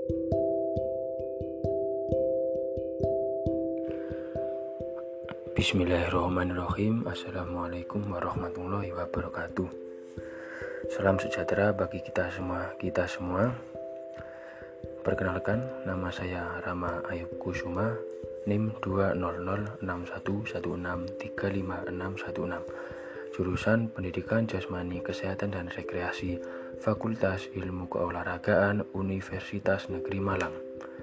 Bismillahirrahmanirrahim. Assalamualaikum warahmatullahi wabarakatuh. Salam sejahtera bagi kita semua. Perkenalkan, nama saya Rama Ayub Kusuma, NIM 2006116356616, jurusan Pendidikan Jasmani Kesehatan dan Rekreasi, Fakultas Ilmu Keolahragaan, Universitas Negeri Malang.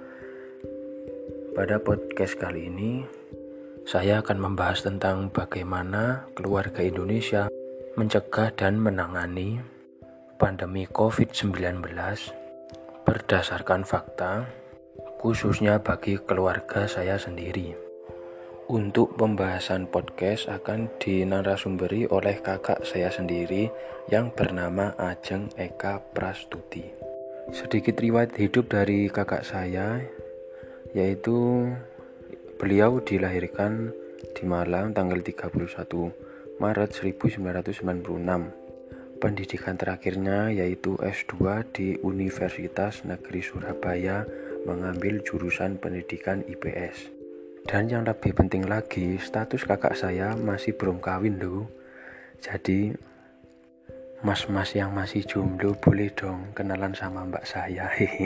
Pada podcast kali ini saya akan membahas tentang bagaimana keluarga Indonesia mencegah dan menangani pandemi COVID-19 berdasarkan fakta, khususnya bagi keluarga saya sendiri. Untuk pembahasan podcast akan dinarasumberi oleh kakak saya sendiri yang bernama Ajeng Eka Prastuti. Sedikit riwayat hidup dari kakak saya, yaitu beliau dilahirkan di Malang tanggal 31 Maret 1996. Pendidikan terakhirnya yaitu S2 di Universitas Negeri Surabaya, mengambil jurusan pendidikan IPS. Dan yang lebih penting lagi, status kakak saya masih belum kawin loh. Jadi mas-mas yang masih jomblo boleh dong kenalan sama mbak saya.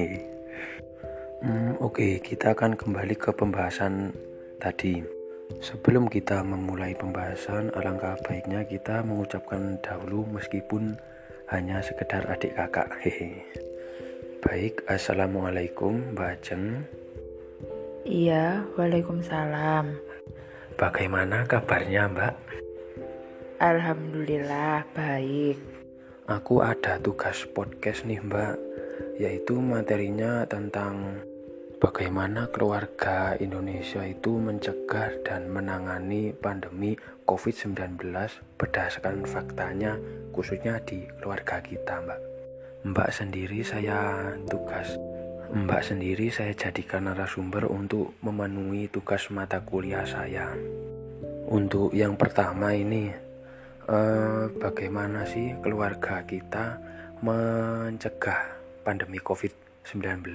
Oke, kita akan kembali ke pembahasan tadi. Sebelum kita memulai pembahasan, alangkah baiknya kita mengucapkan dahulu meskipun hanya sekedar adik kakak. Baik, assalamualaikum Mbak Ajeng. Iya, waalaikumsalam. Bagaimana kabarnya Mbak? Alhamdulillah baik. Aku ada tugas podcast nih Mbak, yaitu materinya tentang bagaimana keluarga Indonesia itu mencegah dan menangani pandemi COVID-19 berdasarkan faktanya, khususnya di keluarga kita Mbak. Mbak sendiri saya jadikan narasumber untuk memenuhi tugas mata kuliah saya. Untuk yang pertama ini, bagaimana sih keluarga kita mencegah pandemi COVID-19?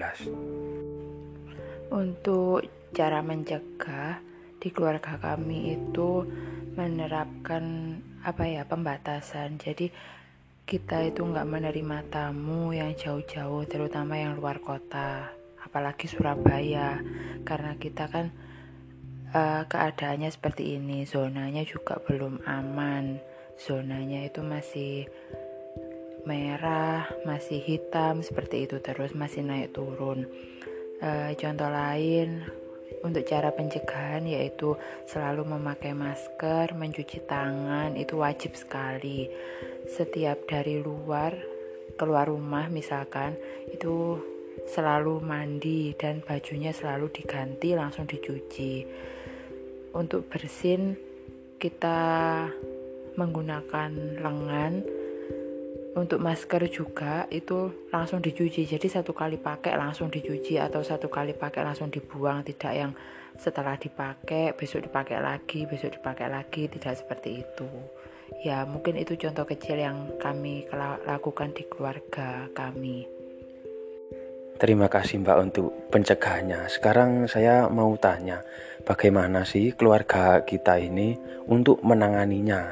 Untuk cara mencegah, di keluarga kami itu menerapkan pembatasan. Jadi kita itu nggak menerima tamu yang jauh-jauh, terutama yang luar kota, apalagi Surabaya, karena kita kan keadaannya seperti ini, zonanya juga belum aman, zonanya itu masih merah, masih hitam, seperti itu terus, masih naik turun. Contoh lain untuk cara pencegahan yaitu selalu memakai masker, mencuci tangan, itu wajib sekali. Setiap dari luar keluar rumah misalkan, itu selalu mandi dan bajunya selalu diganti, langsung dicuci. Untuk bersin kita menggunakan lengan. Untuk masker juga itu langsung dicuci, jadi satu kali pakai langsung dicuci atau satu kali pakai langsung dibuang, tidak yang setelah dipakai besok dipakai lagi, tidak seperti itu. Ya mungkin itu contoh kecil yang kami lakukan di keluarga kami. Terima kasih Mbak untuk pencegahannya. Sekarang saya mau tanya, bagaimana sih keluarga kita ini untuk menangani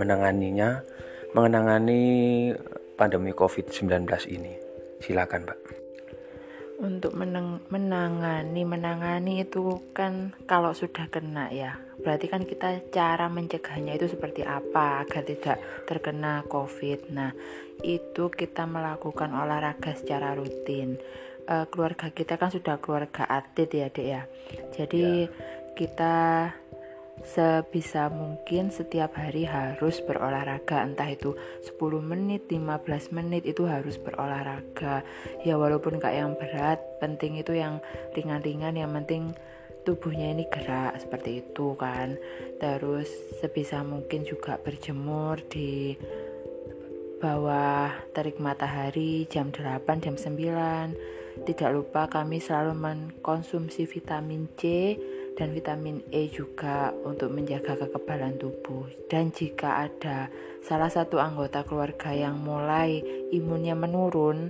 pandemi COVID-19 ini? Silakan Mbak. Untuk menangani itu kan kalau sudah kena ya, berarti kan kita cara mencegahnya itu seperti apa agar tidak terkena COVID. Nah, itu kita melakukan olahraga secara rutin. Keluarga kita kan sudah keluarga atlet ya Dek ya. Jadi kita sebisa mungkin setiap hari harus berolahraga, entah itu 10 menit, 15 menit itu harus berolahraga. Ya walaupun gak yang berat, penting itu yang ringan-ringan, yang penting tubuhnya ini gerak, seperti itu kan. Terus sebisa mungkin juga berjemur di bawah terik matahari jam 8, jam 9. Tidak lupa kami selalu mengkonsumsi vitamin C dan vitamin E juga untuk menjaga kekebalan tubuh. Dan jika ada salah satu anggota keluarga yang mulai imunnya menurun,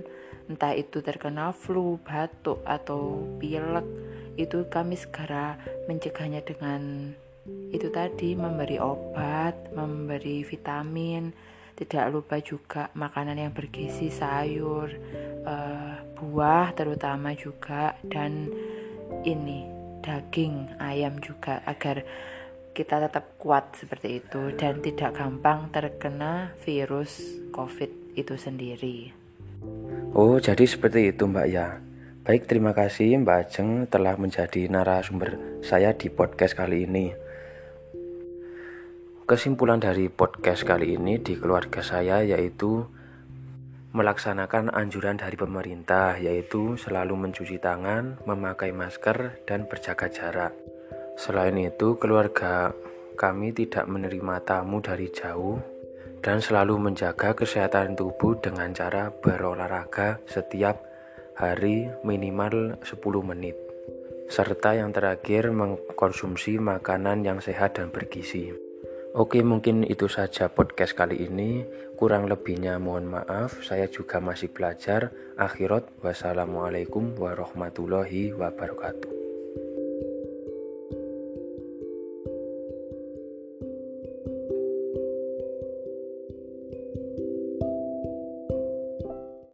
entah itu terkena flu, batuk, atau pilek, itu kami segera mencegahnya dengan itu tadi, memberi obat, memberi vitamin. Tidak lupa juga makanan yang bergizi, sayur, buah terutama juga, dan ini daging ayam juga, agar kita tetap kuat seperti itu dan tidak gampang terkena virus COVID itu sendiri. Oh, jadi seperti itu Mbak ya. Baik, terima kasih Mbak Ajeng telah menjadi narasumber saya di podcast kali ini. Kesimpulan dari podcast kali ini di keluarga saya yaitu melaksanakan anjuran dari pemerintah, yaitu selalu mencuci tangan, memakai masker, dan berjaga jarak. Selain itu, keluarga kami tidak menerima tamu dari jauh dan selalu menjaga kesehatan tubuh dengan cara berolahraga setiap hari minimal 10 menit. Serta yang terakhir, mengkonsumsi makanan yang sehat dan bergizi. Oke, mungkin itu saja podcast kali ini. Kurang lebihnya mohon maaf, saya juga masih belajar. Akhirat, wassalamualaikum warahmatullahi wabarakatuh.